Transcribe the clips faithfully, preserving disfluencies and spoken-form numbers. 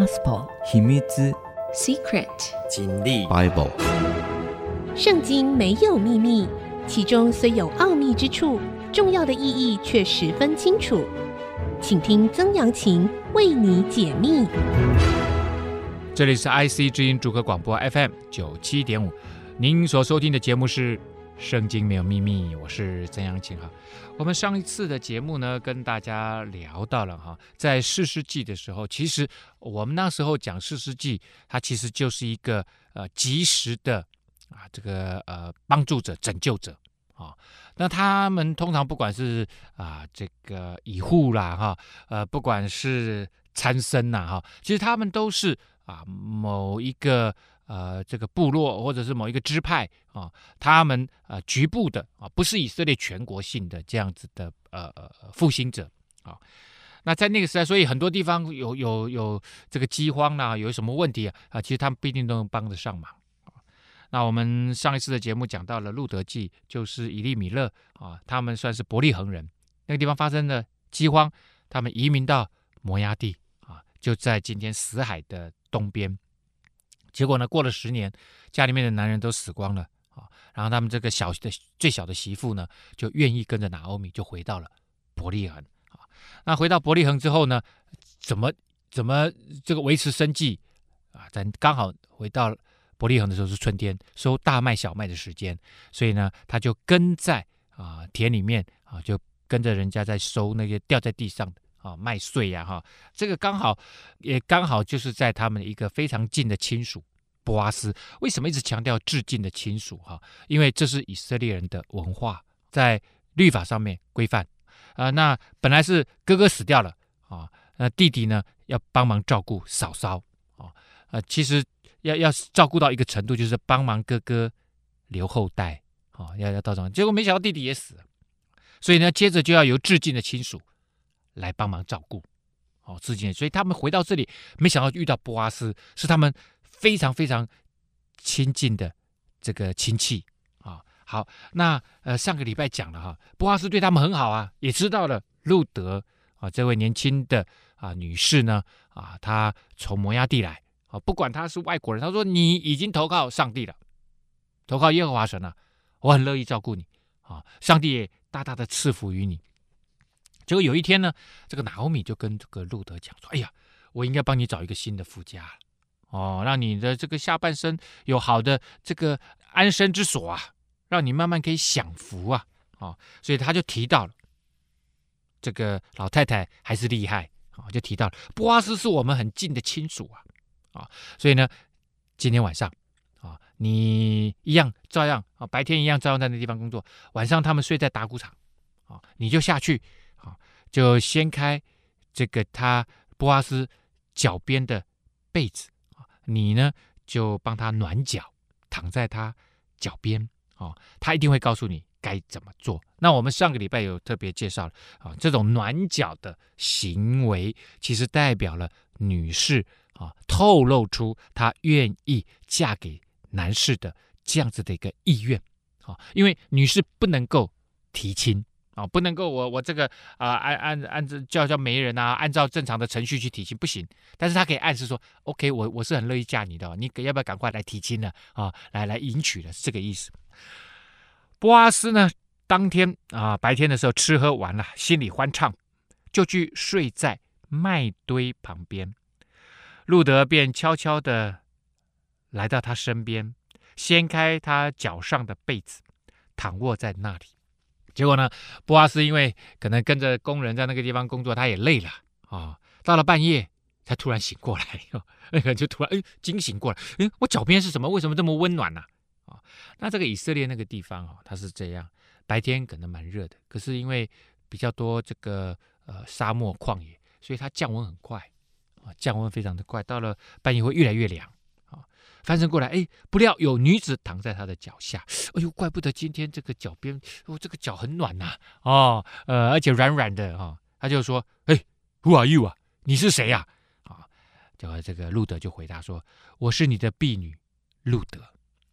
Gospel 秘密 Secret 真理 Bible 圣经没有秘密，其中虽有奥秘之处，重要的意义却十分清楚。请听曾阳晴为你解密。 这里是 I C 之音主客广播 F M 九七点五，您所收听的节目是《圣经没有秘密》，我是曾阳晴哈。我们上一次的节目呢，跟大家聊到了哈，在士师记的时候，其实我们那时候讲士师记，它其实就是一个呃及时的啊这个呃帮助者、拯救者啊。那他们通常不管是啊这个以户啦哈，呃不管是参僧呐哈，其实他们都是啊某一个呃这个部落或者是某一个支派啊，他们呃局部的啊，不是以色列全国性的这样子的呃呃复兴者啊。那在那个时代，所以很多地方有有有这个饥荒啦、啊，有什么问题啊啊，其实他们不一定都能帮得上忙。那我们上一次的节目讲到了路德记，就是以利米勒啊，他们算是伯利恒人，那个地方发生了饥荒，他们移民到摩押地啊，就在今天死海的东边。结果呢，过了十年，家里面的男人都死光了啊，然后他们这个小的最小的媳妇呢，就愿意跟着拿欧米，就回到了伯利恒啊。那回到伯利恒之后呢，怎么怎么这个维持生计啊？咱刚好回到伯利恒的时候是春天，收大麦小麦的时间，所以呢，他就跟在啊田里面啊，就跟着人家在收那些掉在地上的啊麦穗呀、啊、哈，这个刚好也刚好就是在他们一个非常近的亲属波阿斯。为什么一直强调至近的亲属哈？因为这是以色列人的文化，在律法上面规范啊、呃。那本来是哥哥死掉了啊，那弟弟呢要帮忙照顾嫂嫂啊，呃，其实。要要照顾到一个程度，就是帮忙哥哥留后代，哦，要要到这种，结果没想到弟弟也死了，所以呢，接着就要由至近的亲属来帮忙照顾，哦，至近的，所以他们回到这里，没想到遇到波阿斯，是他们非常非常亲近的这个亲戚啊、哦。好，那呃上个礼拜讲了哈，波阿斯对他们很好啊，也知道了路德啊这位年轻的啊女士呢啊，她从摩押地来。不管他是外国人，他说你已经投靠上帝了，投靠耶和华神了，我很乐意照顾你啊，上帝也大大的赐福于你。结果有一天呢，这个拿欧米就跟这个路德讲说：“哎呀，我应该帮你找一个新的夫家哦，让你的这个下半生有好的这个安身之所啊，让你慢慢可以享福啊。”哦，所以他就提到了这个老太太还是厉害啊，就提到了波阿斯是我们很近的亲属啊。啊，所以呢，今天晚上啊，你一样照样啊，白天一样照样在那地方工作，晚上他们睡在打谷场啊，你就下去啊，就掀开这个他波阿斯脚边的被子啊，你呢就帮他暖脚，躺在他脚边啊，他一定会告诉你该怎么做。那我们上个礼拜有特别介绍了啊，这种暖脚的行为，其实代表了女士。啊，透露出她愿意嫁给男士的这样子的一个意愿啊，因为女士不能够提亲啊，不能够我我这个啊、呃、按按按照叫叫媒人啊，按照正常的程序去提亲不行，但是她可以暗示说 ，OK， 我我是很乐意嫁你的、哦，你要不要赶快来提亲呢？啊，来来迎娶了，是这个意思。波阿斯呢，当天啊白天的时候吃喝完了，心里欢畅，就去睡在麦堆旁边。路德便悄悄地来到他身边，掀开他脚上的被子，躺卧在那里。结果呢，波阿斯因为可能跟着工人在那个地方工作，他也累了啊、哦。到了半夜，才突然醒过来，那个就突然哎惊醒过来，哎，我脚边是什么？为什么这么温暖呢、啊？哦，那这个以色列那个地方哦，它是这样，白天可能蛮热的，可是因为比较多这个呃沙漠旷野，所以它降温很快。降温非常的快，到了半夜会越来越凉啊！翻身过来，哎，不料有女子躺在他的脚下，哎呦，怪不得今天这个脚边，哦，这个脚很暖呐、啊，哦，呃，而且软软的啊、哦。他就说，哎 ，Who are you 啊？你是谁呀、啊？啊，就这个路德就回答说，我是你的婢女路德。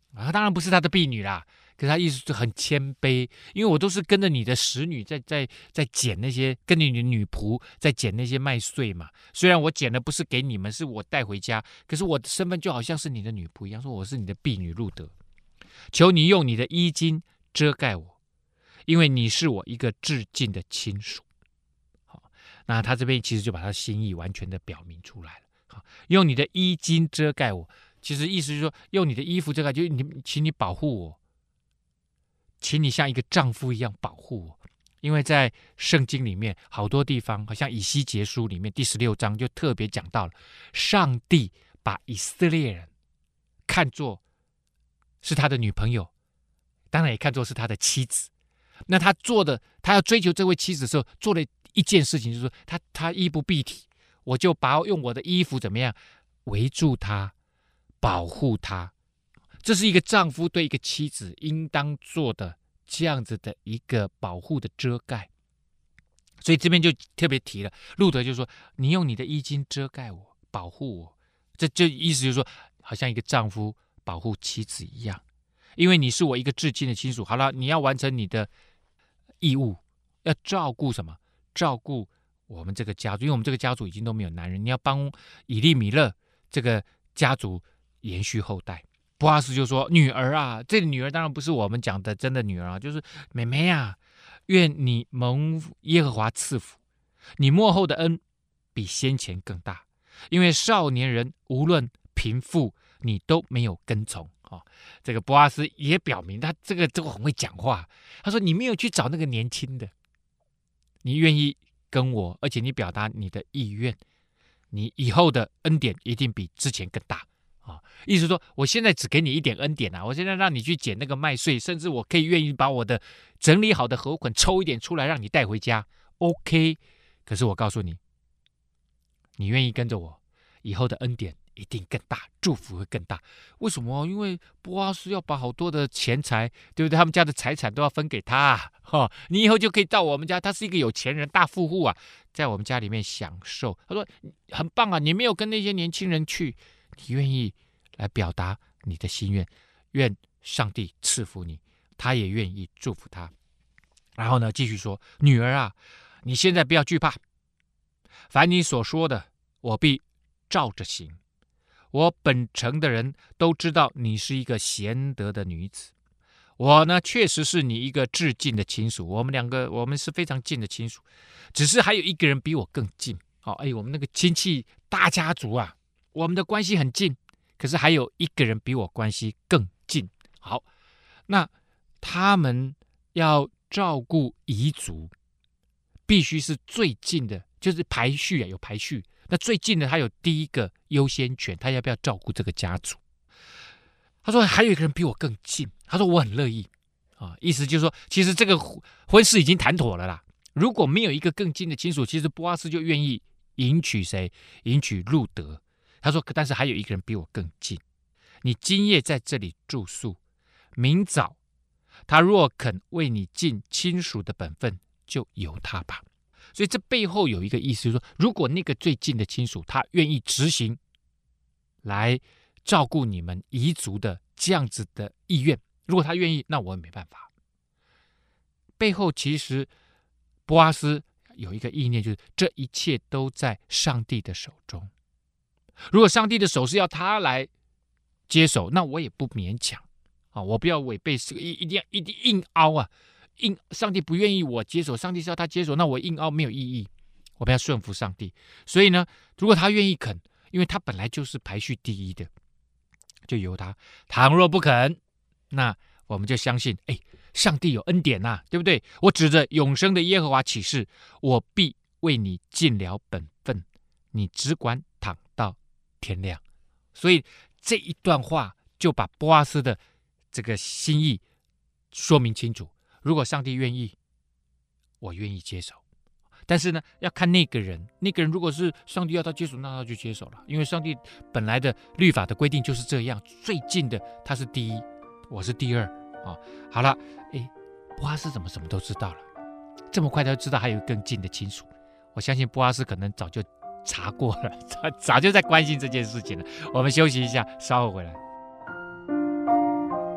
啊，当然不是他的婢女啦，可是他意思就很谦卑，因为我都是跟着你的使女在在在捡那些，跟着你的女仆在捡那些麦穗嘛。虽然我捡的不是给你们，是我带回家，可是我的身份就好像是你的女仆一样，说我是你的婢女路德，求你用你的衣襟遮盖我，因为你是我一个至近的亲属。好，那他这边其实就把他的心意完全的表明出来了。好，用你的衣襟遮盖我。其实意思就是说，用你的衣服遮盖，就是你，请你保护我，请你像一个丈夫一样保护我。因为在圣经里面好多地方，好像以西结书里面第十六章就特别讲到了，上帝把以色列人看作是他的女朋友，当然也看作是他的妻子。那他做的，他要追求这位妻子的时候，做了一件事情，就是说他他衣不蔽体，我就把用我的衣服怎么样围住他，保护她。这是一个丈夫对一个妻子应当做的这样子的一个保护的遮盖。所以这边就特别提了，路德就说你用你的衣襟遮盖我，保护我。这就意思就是说，好像一个丈夫保护妻子一样，因为你是我一个至亲的亲属。好了，你要完成你的义务，要照顾什么？照顾我们这个家族，因为我们这个家族已经都没有男人，你要帮以利米勒这个家族延续后代。波阿斯就说：“女儿啊，这个女儿当然不是我们讲的真的女儿啊，就是妹妹啊。愿你蒙耶和华赐福，你末后的恩比先前更大，因为少年人无论贫富，你都没有跟从。”哦，这个波阿斯也表明他这个这个很会讲话。他说：“你没有去找那个年轻的，你愿意跟我，而且你表达你的意愿，你以后的恩典一定比之前更大。”啊，意思说，我现在只给你一点恩典啊，我现在让你去捡那个麦穗，甚至我可以愿意把我的整理好的禾捆抽一点出来，让你带回家 ，OK。可是我告诉你，你愿意跟着我，以后的恩典一定更大，祝福会更大。为什么？因为波阿斯要把好多的钱财，对不对？他们家的财产都要分给他，哦，你以后就可以到我们家，他是一个有钱人，大富户啊，在我们家里面享受。他说很棒啊，你没有跟那些年轻人去。你愿意来表达你的心愿，愿上帝赐福你，他也愿意祝福他。然后呢，继续说，女儿啊，你现在不要惧怕，凡你所说的，我必照着行。我本城的人都知道你是一个贤德的女子，我呢确实是你一个至近的亲属，我们两个我们是非常近的亲属，只是还有一个人比我更近。哦，哎，我们那个亲戚大家族啊，我们的关系很近，可是还有一个人比我关系更近。好，那他们要照顾遗族，必须是最近的，就是排序啊，有排序。那最近的他有第一个优先权，他要不要照顾这个家族？他说还有一个人比我更近，他说我很乐意啊，意思就是说，其实这个婚事已经谈妥了啦。如果没有一个更近的亲属，其实波阿斯就愿意迎娶谁？迎娶路德。他说但是还有一个人比我更近，你今夜在这里住宿，明早他若肯为你尽亲属的本分，就由他吧。所以这背后有一个意思，就是说，如果那个最近的亲属他愿意执行来照顾你们彝族的这样子的意愿，如果他愿意，那我也没办法。背后其实波阿斯有一个意念，就是这一切都在上帝的手中。如果上帝的手是要他来接手，那我也不勉强啊，我不要违背，一一定要一定硬凹啊，硬上帝不愿意我接手，上帝是要他接手，那我硬凹没有意义，我们要顺服上帝。所以呢，如果他愿意肯，因为他本来就是排序第一的，就由他。倘若不肯，那我们就相信，哎，上帝有恩典呐，对不对？我指着永生的耶和华起誓，我必为你尽了本分，你只管躺到天亮。所以这一段话就把波阿斯的这个心意说明清楚。如果上帝愿意，我愿意接手。但是呢，要看那个人，那个人如果是上帝要他接手，那他就接手了。因为上帝本来的律法的规定就是这样，最近的他是第一，我是第二。哦，好了，哎，波阿斯怎么什么都知道了？这么快他就知道还有更近的亲属？我相信波阿斯可能早就查过了，早早就在关心这件事情了。我们休息一下，稍后回来。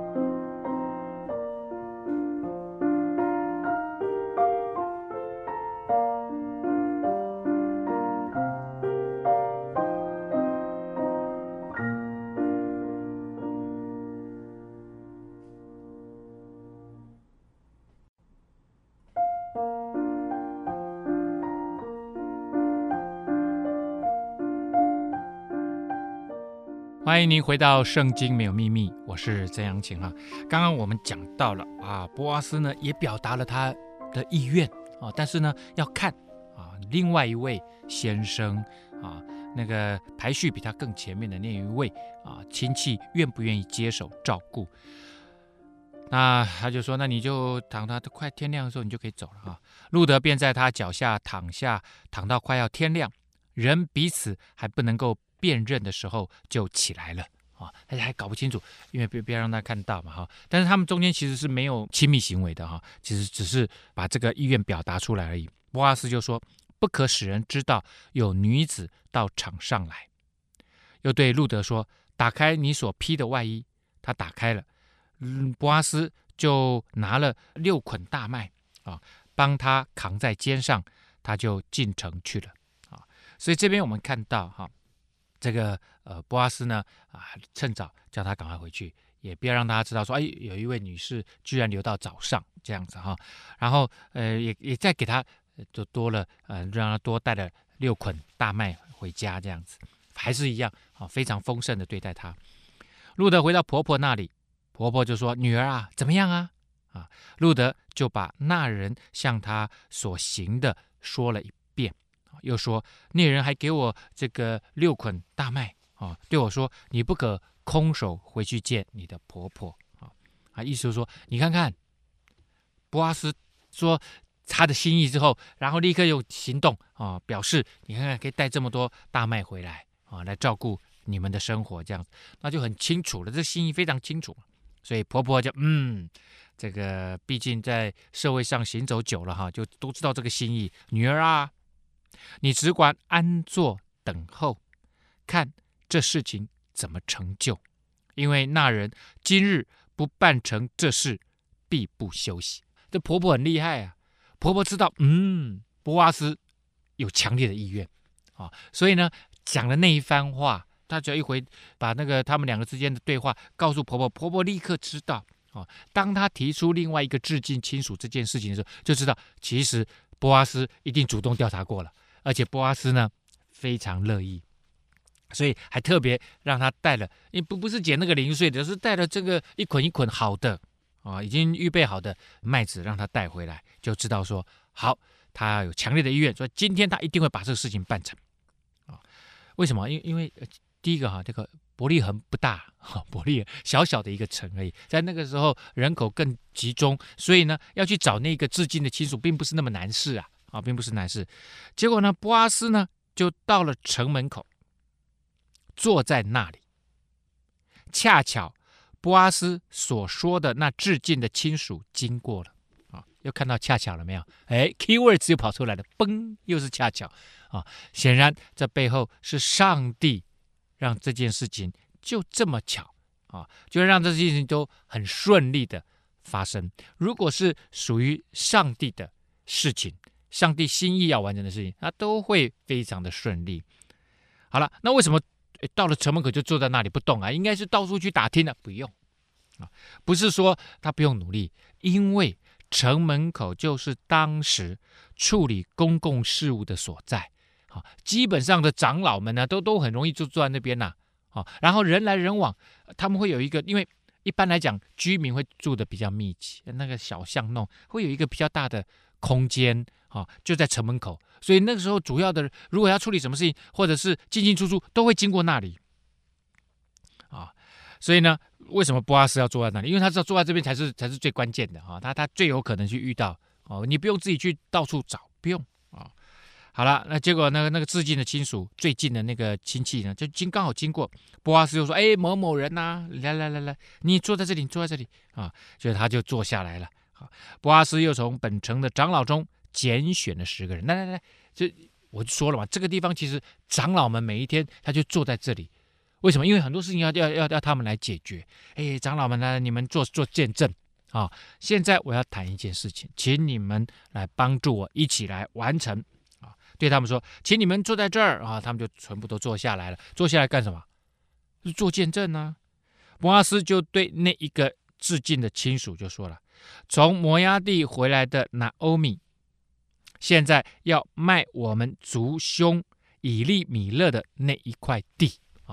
欢迎您回到《圣经没有秘密》，我是曾阳晴哈。刚刚我们讲到了啊，波阿斯呢也表达了他的意愿啊，但是呢要看啊另外一位先生啊，那个排序比他更前面的那一位啊亲戚愿不愿意接手照顾。那他就说，那你就躺到快天亮的时候，你就可以走了哈。路德便在他脚下躺下，躺到快要天亮，人彼此还不能够辨认的时候，就起来了啊。大家还搞不清楚，因为别别让他看到嘛哈。但是他们中间其实是没有亲密行为的哈，其实只是把这个意愿表达出来而已。波阿斯就说，不可使人知道有女子到场上来。又对路德说，打开你所披的外衣。他打开了。波阿斯就拿了六捆大麦啊，帮他扛在肩上，他就进城去了啊。所以这边我们看到哈，这个呃波阿斯呢啊，趁早叫他赶快回去，也不要让大家知道说，哎，有一位女士居然留到早上这样子哈。然后呃也也再给他就多了呃让他多带了六捆大麦回家这样子，还是一样啊，非常丰盛的对待他。路德回到婆婆那里。婆婆就说，女儿啊，怎么样啊？啊，路德就把那人向他所行的说了一遍，又说，那人还给我这个六捆大麦啊，对我说，你不可空手回去见你的婆婆啊。啊，意思就是说，你看看，波阿斯说他的心意之后，然后立刻有行动啊，表示你看看可以带这么多大麦回来啊，来照顾你们的生活，这样那就很清楚了，这心意非常清楚。所以婆婆就嗯，这个毕竟在社会上行走久了哈，就都知道这个心意。女儿啊，你只管安坐等候，看这事情怎么成就。因为那人今日不办成这事，必不休息。这婆婆很厉害啊，婆婆知道嗯，波阿斯有强烈的意愿啊，所以呢讲了那一番话。他只要一回把那个他们两个之间的对话告诉婆婆，婆婆立刻知道哦。当他提出另外一个致敬亲属这件事情的时候，就知道其实波阿斯一定主动调查过了，而且波阿斯呢非常乐意，所以还特别让他带了，你不不是捡那个零碎的，是带了这个一捆一捆好的啊、哦，已经预备好的麦子让他带回来，就知道说好，他有强烈的意愿，说今天他一定会把这个事情办成啊、哦。为什么？因因为。第一个哈，这个伯利恒不大，伯利恒小小的一个城而已，在那个时候人口更集中，所以呢，要去找那个致敬的亲属，并不是那么难事啊，啊，并不是难事。结果呢，波阿斯呢就到了城门口，坐在那里。恰巧波阿斯所说的那致敬的亲属经过了，啊，又看到恰巧了没有？哎 ，keywords 又跑出来了，嘣，又是恰巧啊！显然这背后是上帝。让这件事情就这么巧啊，就让这件事情都很顺利的发生。如果是属于上帝的事情，上帝心意要完成的事情，那都会非常的顺利。好了，那为什么到了城门口就坐在那里不动啊？应该是到处去打听的，不用啊，不是说他不用努力，因为城门口就是当时处理公共事务的所在。基本上的长老们呢，都都很容易就坐在那边呐、啊哦，然后人来人往，他们会有一个，因为一般来讲，居民会住的比较密集，那个小巷弄会有一个比较大的空间啊、哦，就在城门口，所以那个时候主要的，如果要处理什么事情，或者是进进出出，都会经过那里啊、哦。所以呢，为什么波阿斯要坐在那里？因为他知道坐在这边才是才是最关键的啊、哦，他他最有可能去遇到哦，你不用自己去到处找，不用啊。哦好了，那结果那个那个致敬的亲属最近的那个亲戚呢，就经刚好经过，波阿斯就说：“哎，某某人呐、啊，来来来来，你坐在这里，你坐在这里啊。”所以他就坐下来了。好，波阿斯又从本城的长老中拣选了十个人，来来来，就我就说了嘛，这个地方其实长老们每一天他就坐在这里，为什么？因为很多事情要要要要他们来解决。哎，长老们呢，你们做做见证啊。现在我要谈一件事情，请你们来帮助我一起来完成。对他们说，请你们坐在这儿啊，他们就全部都坐下来了。坐下来干什么？做见证啊。波阿斯就对那一个致敬的亲属就说了：从摩押地回来的拿欧米，现在要卖我们族兄以利米勒的那一块地啊。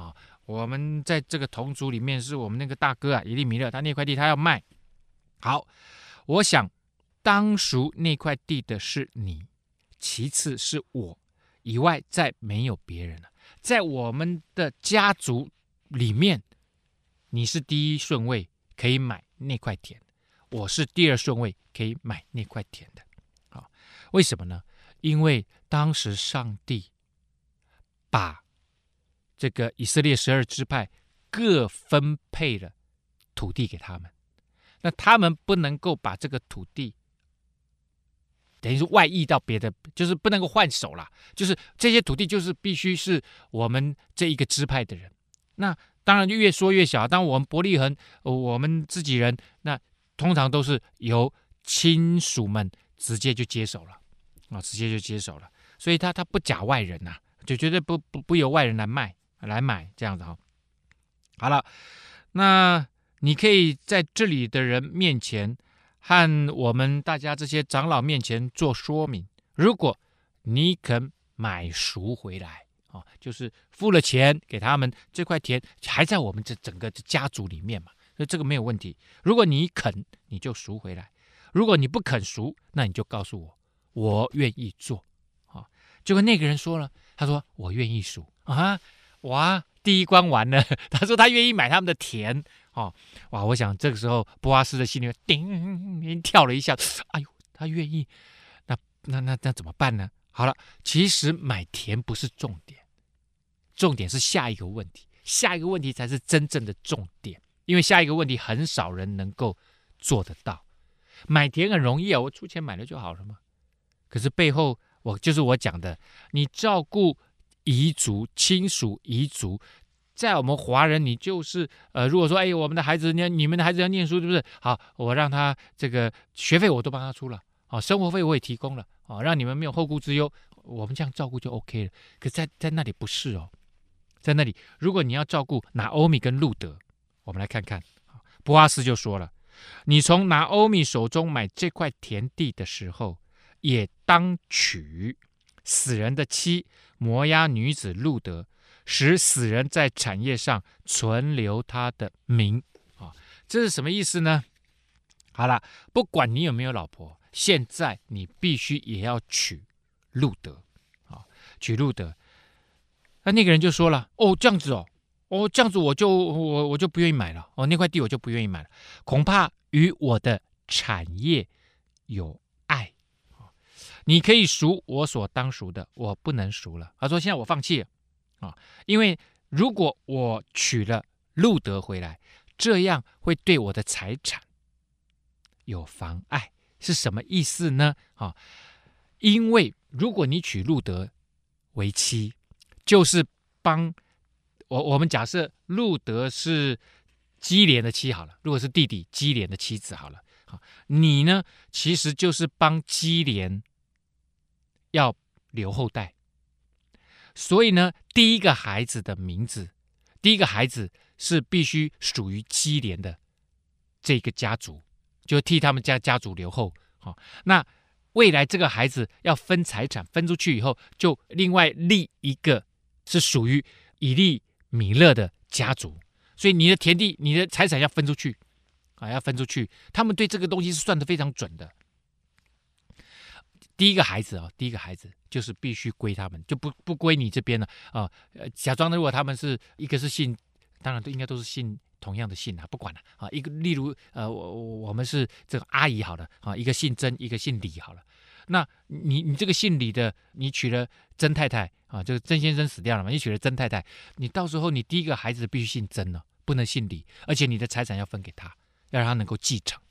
我们在这个同族里面是我们那个大哥啊，以利米勒，他那块地他要卖。好，我想当属那块地的是你，其次是我，以外再没有别人了。在我们的家族里面，你是第一顺位，可以买那块田，我是第二顺位，可以买那块田的。好，为什么呢？因为当时上帝把这个以色列十二支派各分配了土地给他们，那他们不能够把这个土地等于是外溢到别的，就是不能够换手啦，就是这些土地就是必须是我们这一个支派的人。那当然就越说越小，当我们伯利恒我们自己人，那通常都是由亲属们直接就接手了啊，直接就接手了，所以他他不假外人呐、啊，就绝对不不不由外人来卖来买这样子哈。好了，那你可以在这里的人面前和我们大家这些长老面前做说明，如果你肯买赎回来、哦、就是付了钱给他们，这块田还在我们这整个家族里面嘛，所以这个没有问题。如果你肯，你就赎回来；如果你不肯赎，那你就告诉我，我愿意做、哦、结果那个人说了，他说我愿意赎啊，哇，第一关完了，他说他愿意买他们的田。哦，哇！我想这个时候波阿斯的心里面叮跳了一下，哎呦，他愿意，那那那那怎么办呢？好了，其实买田不是重点，重点是下一个问题，下一个问题才是真正的重点，因为下一个问题很少人能够做得到。买田很容易啊，我出钱买了就好了嘛。可是背后，我就是我讲的，你照顾遗族、亲属遗族。在我们华人，你就是呃，如果说哎，我们的孩子，你们的孩子要念书，是不是？好，我让他这个学费我都帮他出了，好，生活费我也提供了，好，让你们没有后顾之忧，我们这样照顾就 OK 了。可在在那里不是哦，在那里，如果你要照顾拿欧米跟路德，我们来看看，波阿斯就说了，你从拿欧米手中买这块田地的时候，也当娶死人的妻摩押女子路德，使死人在产业上存留他的名、哦、这是什么意思呢？好了，不管你有没有老婆，现在你必须也要娶路德、哦、娶路德。那那个人就说了，哦，这样子哦，哦，这样子我就我我就不愿意买了，哦，那块地我就不愿意买了，恐怕与我的产业有碍。你可以赎我所当赎的，我不能赎了。他说现在我放弃了、哦、因为如果我娶了路德回来，这样会对我的财产有妨碍。是什么意思呢、哦、因为如果你娶路德为妻，就是帮我我们假设路德是基连的妻好了，如果是弟弟基连的妻子好了，好，你呢其实就是帮基连要留后代。所以呢，第一个孩子的名字，第一个孩子是必须属于基连的这个家族，就替他们家家族留后、哦、那未来这个孩子要分财产，分出去以后，就另外立一个是属于以利米勒的家族，所以你的田地、你的财产要分出去、啊、要分出去。他们对这个东西是算得非常准的。第一个孩子、哦、第一个孩子就是必须归他们，就不不归你这边了啊、呃。假装如果他们是一个是姓，当然都应该都是姓同样的姓啊，不管了啊。一个例如呃，我我们是这个阿姨好了啊，一个姓曾，一个姓李好了。那你你这个姓李的，你娶了曾太太啊，这个曾先生死掉了嘛，你娶了曾太太，你到时候你第一个孩子必须姓曾了，不能姓李，而且你的财产要分给他，要让他能够继承。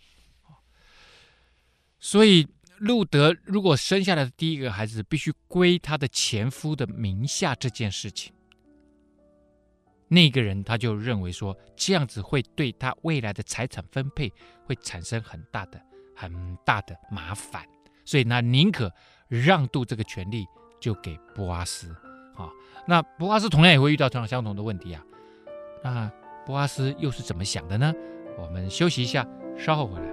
所以路德如果生下来的第一个孩子必须归他的前夫的名下这件事情，那个人他就认为说，这样子会对他未来的财产分配会产生很大的很大的麻烦，所以呢，宁可让渡这个权利就给波阿斯、哦、那波阿斯同样也会遇到同样相同的问题啊。那波阿斯又是怎么想的呢？我们休息一下，稍后回来。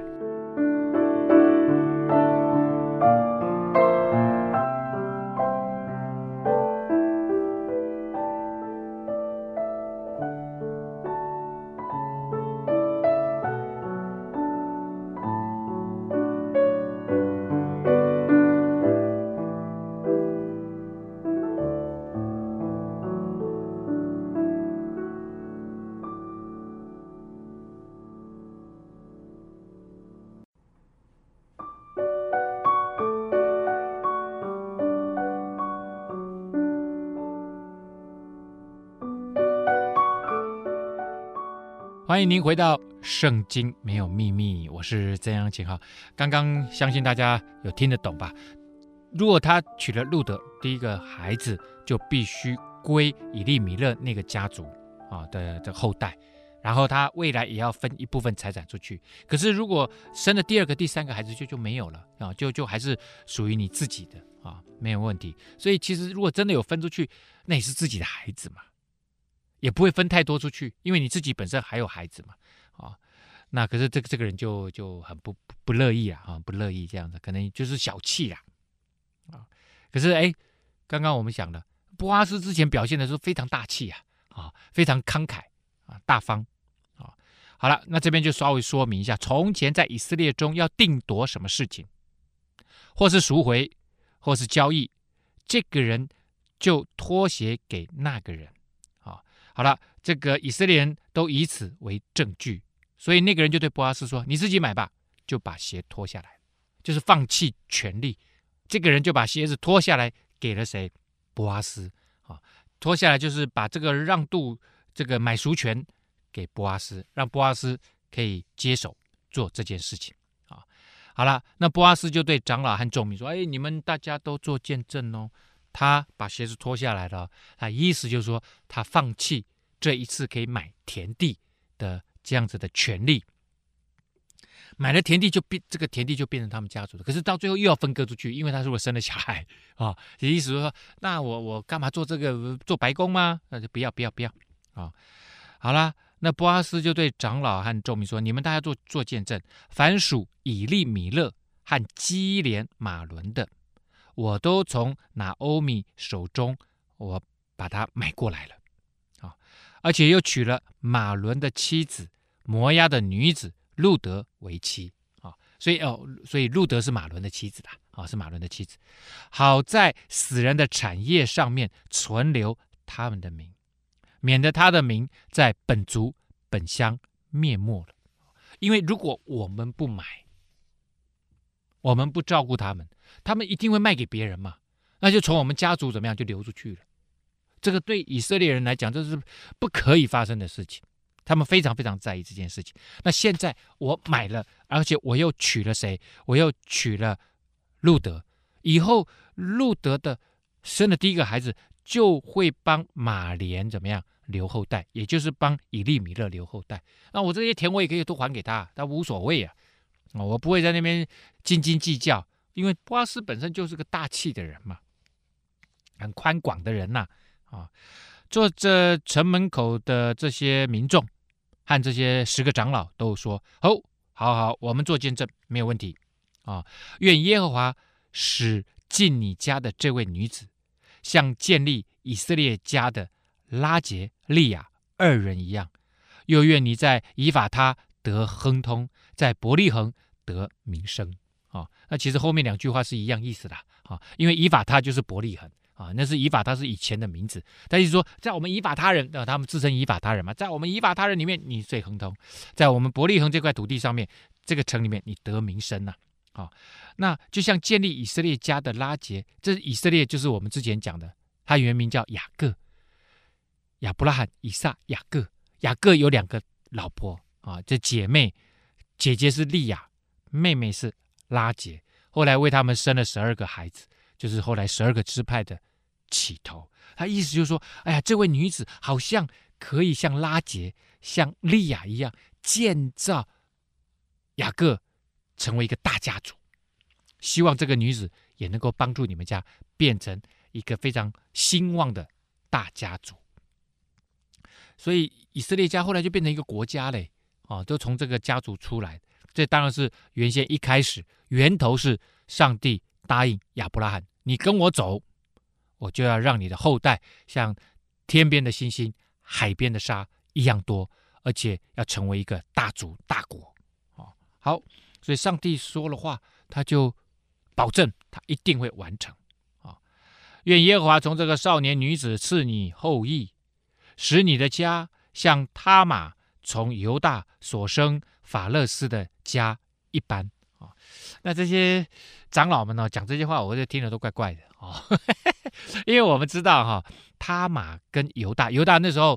欢迎您回到圣经没有秘密，我是曾阳晴哈。刚刚相信大家有听得懂吧？如果他娶了路德第一个孩子，就必须归以利米勒那个家族啊 的, 的后代，然后他未来也要分一部分财产出去。可是如果生了第二个、第三个孩子就就没有了啊，就就还是属于你自己的啊，没有问题。所以其实如果真的有分出去，那也是自己的孩子嘛。也不会分太多出去，因为你自己本身还有孩子嘛，啊，那可是这个这个人就就很不不乐意啊，啊，不乐意这样子，可能就是小气啦，啊，可是哎，刚刚我们讲了，波阿斯之前表现的是非常大气啊，啊，非常慷慨啊，大方啊，好了，那这边就稍微说明一下，从前在以色列中要定夺什么事情，或是赎回，或是交易，这个人就托鞋给那个人。好了，这个以色列人都以此为证据，所以那个人就对波阿斯说：“你自己买吧。”就把鞋脱下来，就是放弃权利。这个人就把鞋子脱下来给了谁？波阿斯啊，脱下来就是把这个让渡这个买赎权给波阿斯，让波阿斯可以接手做这件事情啊。好了，那波阿斯就对长老和众民说：“哎，你们大家都做见证哦。”他把鞋子脱下来了，他意思就是说，他放弃这一次可以买田地的这样子的权利，买了田地就变这个田地就变成他们家族的，可是到最后又要分割出去，因为他如果生了小孩啊，意思就是说，那我我干嘛做这个做白工吗？那就不要不要不要啊！好啦，那波阿斯就对长老和众民说：“你们大家做做见证，凡属以利米勒和基连马伦的。”我都从拿欧米手中，我把他买过来了，啊，而且又娶了马伦的妻子摩押的女子路德为妻，啊，所以哦，所以路德是马伦的妻子啦，啊，是马伦的妻子。好在死人的产业上面存留他们的名，免得他的名在本族本乡灭没了。因为如果我们不买，我们不照顾他们，他们一定会卖给别人嘛，那就从我们家族怎么样就流出去了。这个对以色列人来讲，这是不可以发生的事情，他们非常非常在意这件事情。那现在我买了，而且我又娶了谁？我又娶了路德，以后路德的生的第一个孩子就会帮马莲怎么样留后代，也就是帮以利米勒留后代。那我这些田我也可以都还给他，他无所谓啊。我不会在那边斤斤计较，因为波阿斯本身就是个大气的人嘛，很宽广的人呐、啊。啊，坐着城门口的这些民众和这些十个长老都说：“哦，好好，我们做见证，没有问题啊。愿耶和华使进你家的这位女子，像建立以色列家的拉结、利亚二人一样，又愿你在以法他得亨通，在伯利恒得名声。”啊，那其实后面两句话是一样意思的啊，因为以法他就是伯利恒啊，那是以法他是以前的名字，但是说在我们以法他人啊，他们自称以法他人嘛，在我们以法他人里面你最亨通，在我们伯利恒这块土地上面，这个城里面你得名声呐、啊，啊，那就像建立以色列家的拉结，这以色列就是我们之前讲的，他原名叫雅各，亚伯拉罕、以撒、雅各，雅各有两个老婆啊，这姐妹，姐姐是利亚，妹妹是拉结，后来为他们生了十二个孩子，就是后来十二个支派的起头。他意思就是说，哎呀，这位女子好像可以像拉结、像利亚一样，建造雅各成为一个大家族。希望这个女子也能够帮助你们家变成一个非常兴旺的大家族。所以以色列家后来就变成一个国家嘞，啊，都从这个家族出来。这当然是原先一开始源头是上帝答应亚伯拉罕，你跟我走，我就要让你的后代像天边的星星、海边的沙一样多，而且要成为一个大族大国。好，所以上帝说了话，他就保证他一定会完成。愿耶和华从这个少年女子赐你后裔，使你的家像他玛从犹大所生法勒斯的家一般。哦、那这些长老们呢，讲这些话，我就听了都怪怪的、哦、因为我们知道哈、哦，他玛跟犹大，犹大那时候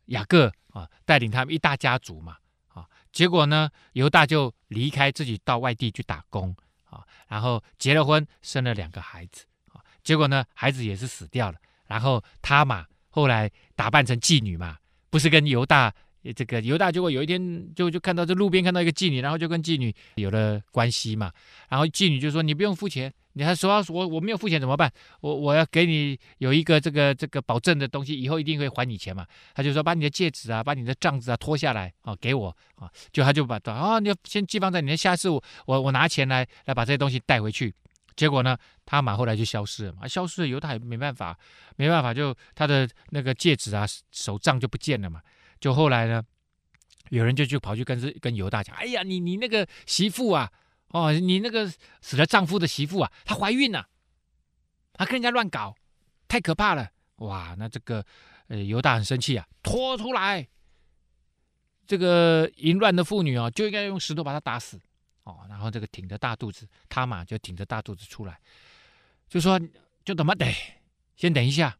雅各啊带领他们一大家族嘛啊，结果呢犹大就离开，自己到外地去打工啊，然后结了婚，生了两个孩子啊，结果呢孩子也是死掉了，然后他嘛后来打扮成妓女嘛，不是跟犹大这个犹大，结果有一天就就看到这路边看到一个妓女，然后就跟妓女有了关系嘛，然后妓女就说你不用付钱，你还说我我没有付钱怎么办？我我要给你有一个这个这个保证的东西，以后一定会还你钱嘛。他就说把你的戒指啊，把你的杖子啊脱下来啊给我啊，就他就把啊你要先寄放在你的，下次我我我拿钱来来把这些东西带回去。结果呢，他马后来就消失了嘛，消失了，犹大也没办法，没办法，就他的那个戒指啊、手杖就不见了嘛。就后来呢，有人就就跑去跟跟犹大讲，哎呀，你你那个媳妇啊，哦，你那个死了丈夫的媳妇啊，她怀孕了，她跟人家乱搞，太可怕了！哇，那这个呃犹大很生气啊，拖出来，这个淫乱的妇女哦，就应该用石头把她打死哦。然后这个挺着大肚子，他嘛就挺着大肚子出来，就说就怎么得，先等一下，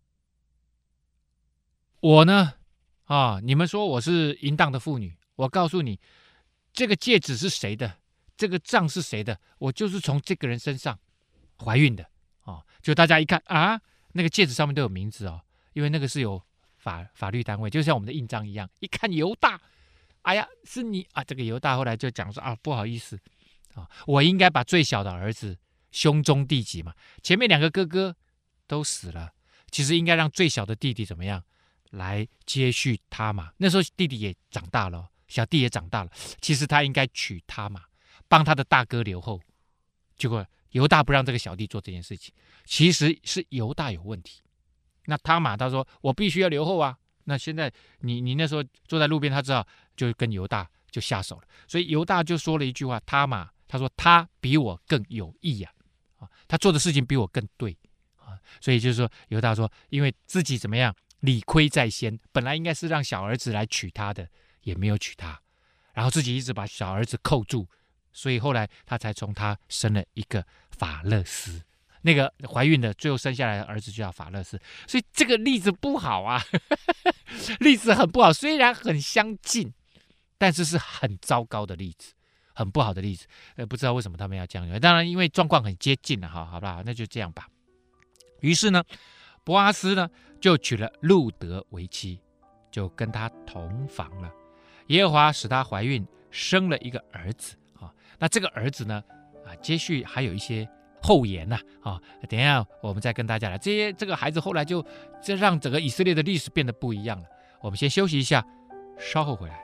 我呢。啊！你们说我是淫荡的妇女，我告诉你，这个戒指是谁的，这个杖是谁的，我就是从这个人身上怀孕的哦。就大家一看啊，那个戒指上面都有名字哦，因为那个是有法法律单位，就像我们的印章一样。一看犹大，哎呀，是你啊！这个犹大后来就讲说啊，不好意思啊，我应该把最小的儿子兄终弟及嘛，前面两个哥哥都死了，其实应该让最小的弟弟怎么样？来接续他嘛，那时候弟弟也长大了，小弟也长大了，其实他应该娶他嘛，帮他的大哥留后。结果犹大不让这个小弟做这件事情，其实是犹大有问题。那他嘛，他说我必须要留后啊。那现在你你那时候坐在路边，他知道就跟犹大就下手了。所以犹大就说了一句话，他嘛，他说他比我更有义呀、啊，他做的事情比我更对啊。所以就是说犹大说，因为自己怎么样？理亏在先，本来应该是让小儿子来娶她的，也没有娶她，然后自己一直把小儿子扣住，所以后来他才从他生了一个法勒斯，那个怀孕的最后生下来的儿子就叫法勒斯，所以这个例子不好啊，例子很不好，虽然很相近，但是是很糟糕的例子，很不好的例子。呃，不知道为什么他们要这样，当然因为状况很接近了哈，好不好？那就这样吧。于是呢。波阿斯呢，就娶了路德为妻，就跟他同房了。耶和华使她怀孕，生了一个儿子啊。那这个儿子呢，啊，接续还有一些后言呐啊。等一下我们再跟大家来，这些这个孩子后来就这让整个以色列的历史变得不一样了。我们先休息一下，稍后回来。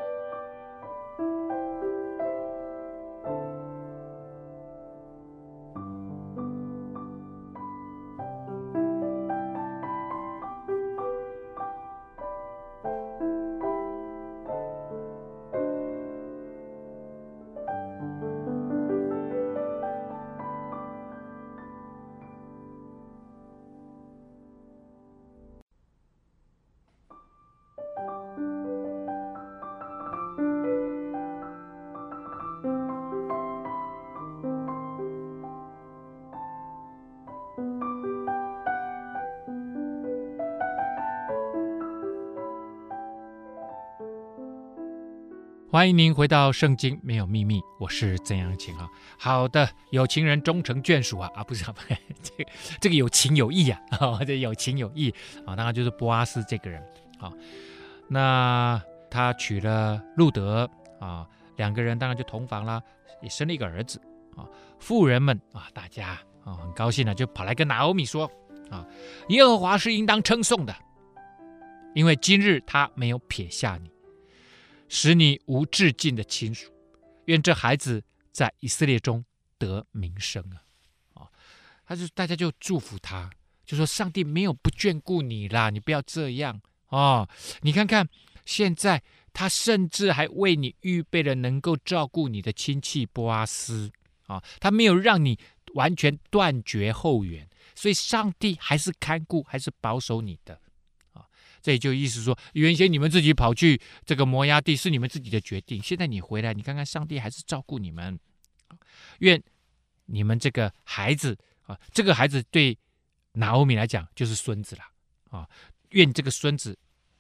欢迎您回到圣经没有秘密，我是曾阳晴啊。好的，有情人终成眷属啊啊，不是啊，这个这个有情有义啊，哦、这有情有义啊，当然就是波阿斯这个人啊。那他娶了路德啊，两个人当然就同房啦，也生了一个儿子啊。妇人们啊，大家啊很高兴啊，就跑来跟拿俄米说啊，耶和华是应当称颂的，因为今日他没有撇下你。使你无至近的亲属，愿这孩子在以色列中得名声啊！哦、他就大家就祝福他，就说上帝没有不眷顾你啦，你不要这样哦。你看看现在，他甚至还为你预备了能够照顾你的亲戚波阿斯啊、哦，他没有让你完全断绝后援，所以上帝还是看顾，还是保守你的。这也就意思说，原先你们自己跑去这个摩押地是你们自己的决定，现在你回来，你看看上帝还是照顾你们。愿你们这个孩子啊，这个孩子对拿俄米来讲就是孙子了啊。愿这个孙子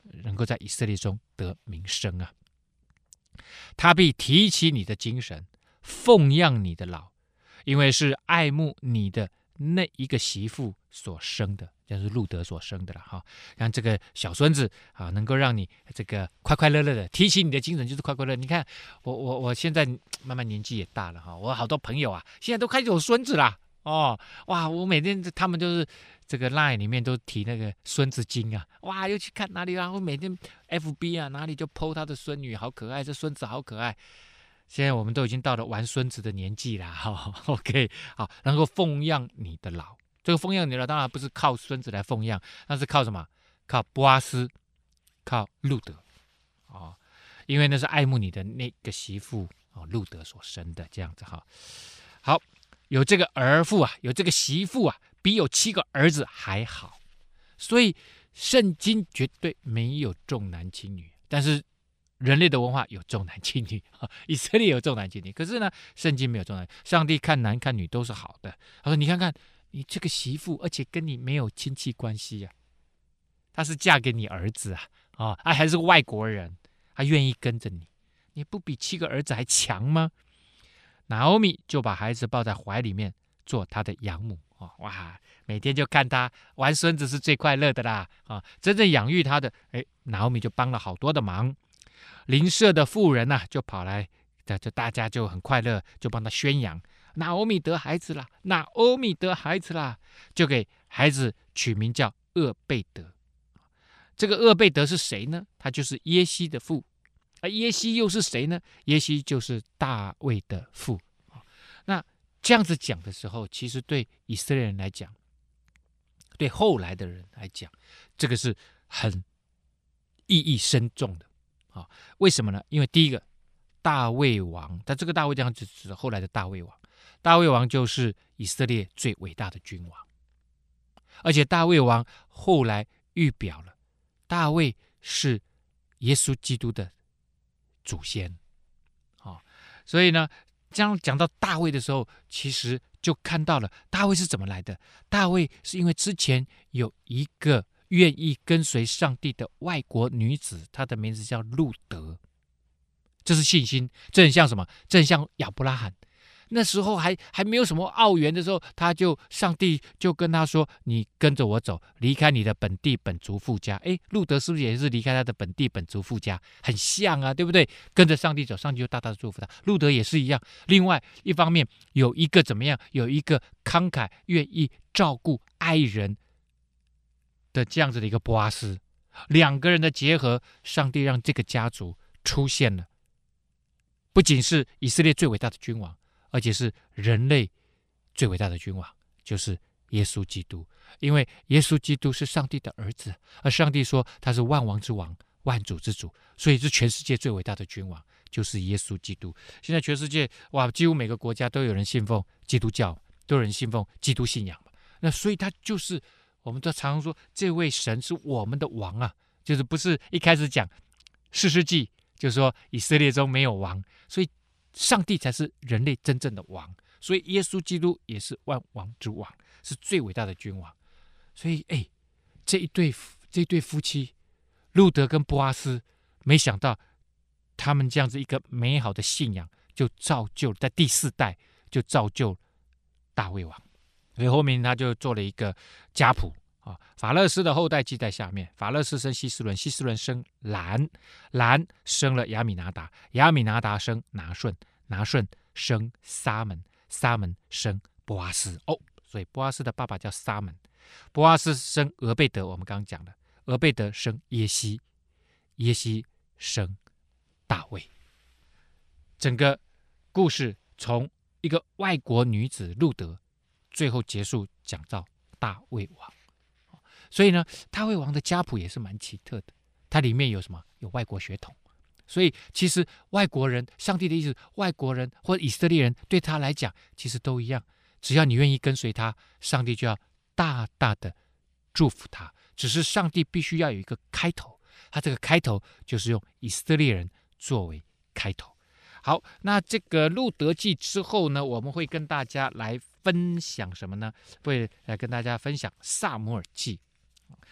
能够在以色列中得名声啊。他必提起你的精神，奉养你的老，因为是爱慕你的那一个媳妇所生的，就是路德所生的了哈。让这个小孙子啊，能够让你这个快快乐乐的，提起你的精神就是快快乐。你看我我我现在慢慢年纪也大了哈，我好多朋友啊，现在都开始有孙子啦。哦，哇！我每天他们就是这个 line 里面都提那个孙子经啊，哇，又去看哪里啊？我每天 F B 啊哪里就 po 他的孙女好可爱，这孙子好可爱。现在我们都已经到了玩孙子的年纪啦，哈、哦、，OK， 好，能够奉养你的老，这个奉养你的老当然不是靠孙子来奉养，那是靠什么？靠波阿斯，靠路德，哦，因为那是爱慕你的那个媳妇哦，路德所生的这样子哈。好。有这个儿妇啊，有这个媳妇啊，比有七个儿子还好。所以圣经绝对没有重男轻女，但是人类的文化有重男轻女，以色列有重男轻女，可是呢，圣经没有重男。上帝看男看女都是好的。他说：“你看看你这个媳妇，而且跟你没有亲戚关系啊，她是嫁给你儿子啊，啊，还是外国人，她愿意跟着你，你不比七个儿子还强吗？”拿俄米就把孩子抱在怀里面，做他的养母。哦、哇，每天就看他玩孙子是最快乐的啦。啊，真正养育他的，哎，拿俄米就帮了好多的忙。邻舍的妇人呐、啊，就跑来，就大家就很快乐，就帮他宣扬：拿俄米得孩子啦，拿俄米得孩子啦，就给孩子取名叫厄贝德。这个厄贝德是谁呢？他就是耶西的父。而耶西又是谁呢？耶西就是大卫的父。那这样子讲的时候，其实对以色列人来讲，对后来的人来讲，这个是很意义深重的。为什么呢？因为第一个，大卫王，但这个大卫王就指后来的大卫王。大卫王就是以色列最伟大的君王，而且大卫王后来预表了，大卫是耶稣基督的祖先、哦、所以呢，这样讲到大卫的时候，其实就看到了大卫是怎么来的。大卫是因为之前有一个愿意跟随上帝的外国女子，她的名字叫路德，这是信心。这很像什么？这很像亚伯拉罕。那时候还还没有什么奥援的时候，他就上帝就跟他说：“你跟着我走，离开你的本地本族父家。”哎，路德是不是也是离开他的本地本族父家？很像啊，对不对？跟着上帝走，上帝就大大的祝福他。路德也是一样。另外一方面，有一个怎么样？有一个慷慨愿意照顾爱人的这样子的一个波阿斯，两个人的结合，上帝让这个家族出现了，不仅是以色列最伟大的君王，而且是人类最伟大的君王，就是耶稣基督。因为耶稣基督是上帝的儿子，而上帝说他是万王之王，万主之主，所以是全世界最伟大的君王，就是耶稣基督。现在全世界哇，几乎每个国家都有人信奉基督教，都有人信奉基督信仰嘛。那所以他就是我们都常常说，这位神是我们的王啊，就是不是一开始讲士师记，就是说以色列中没有王，所以上帝才是人类真正的王，所以耶稣基督也是万王之王，是最伟大的君王。所以，哎，这一对这一对夫妻，路德跟波阿斯，没想到他们这样子一个美好的信仰，就造就在第四代就造就大卫王。所以后面他就做了一个家谱啊，法勒斯的后代记在下面。法勒斯生希斯伦，希斯伦生兰，兰生了亚米拿达，亚米拿达生拿顺，拿顺生撒门，撒门生波阿斯。哦，所以波阿斯的爸爸叫撒门。波阿斯生俄贝德，我们刚刚讲的，俄贝德生耶西，耶西生大卫。整个故事从一个外国女子路德，最后结束讲到大卫王。所以呢，大卫王的家谱也是蛮奇特的，它里面有什么？有外国血统。所以其实外国人，上帝的意思，外国人或以色列人对他来讲，其实都一样。只要你愿意跟随他，上帝就要大大的祝福他。只是上帝必须要有一个开头，他这个开头就是用以色列人作为开头。好，那这个路德记之后呢，我们会跟大家来分享什么呢？会来跟大家分享撒母耳记。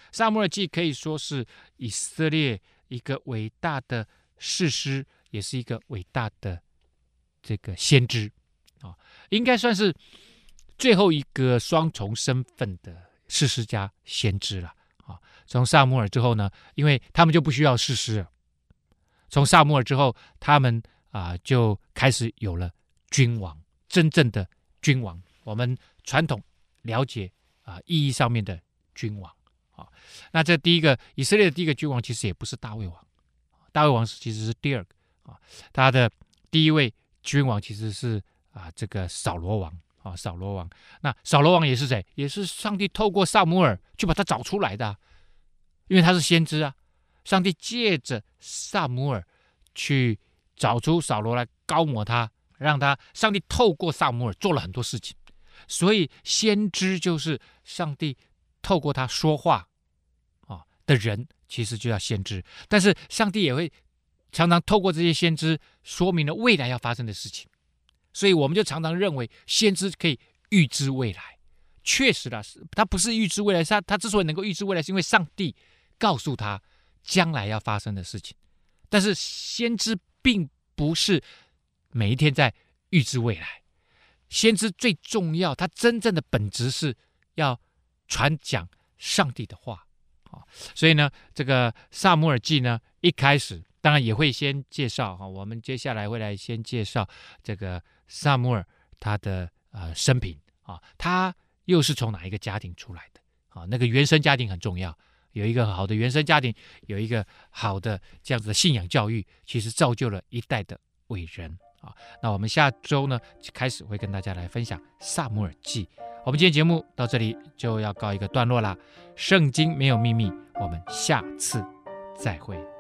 撒母耳记可以说是以色列一个伟大的士师，也是一个伟大的这个先知啊，应该算是最后一个双重身份的士师加先知了啊。从撒母耳之后呢，因为他们就不需要士师了，从撒母耳之后，他们啊就开始有了君王，真正的君王。我们传统了解啊意义上面的君王啊，那这第一个以色列的第一个君王其实也不是大卫王，大卫王其实是第二个啊，他的第一位君王其实是啊这个扫罗王啊，扫罗王。那扫罗王也是谁？也是上帝透过撒母耳去把他找出来的、啊，因为他是先知啊。上帝借着撒母耳去找出扫罗来高摩他，让他上帝透过撒母耳做了很多事情。所以先知就是上帝透过他说话啊的人，其实就叫先知。但是上帝也会常常透过这些先知说明了未来要发生的事情，所以我们就常常认为先知可以预知未来。确实啦，他不是预知未来，他他之所以能够预知未来，是因为上帝告诉他将来要发生的事情。但是先知并不是每一天在预知未来，先知最重要，他真正的本质是要传讲上帝的话。所以呢，这个撒母耳记呢，一开始当然也会先介绍，我们接下来会来先介绍这个撒母耳他的呃生平啊，他又是从哪一个家庭出来的啊？那个原生家庭很重要，有一个好的原生家庭，有一个好的这样子的信仰教育，其实造就了一代的伟人啊。那我们下周呢开始会跟大家来分享撒母耳记。我们今天节目到这里就要告一个段落啦。圣经没有秘密，我们下次再会。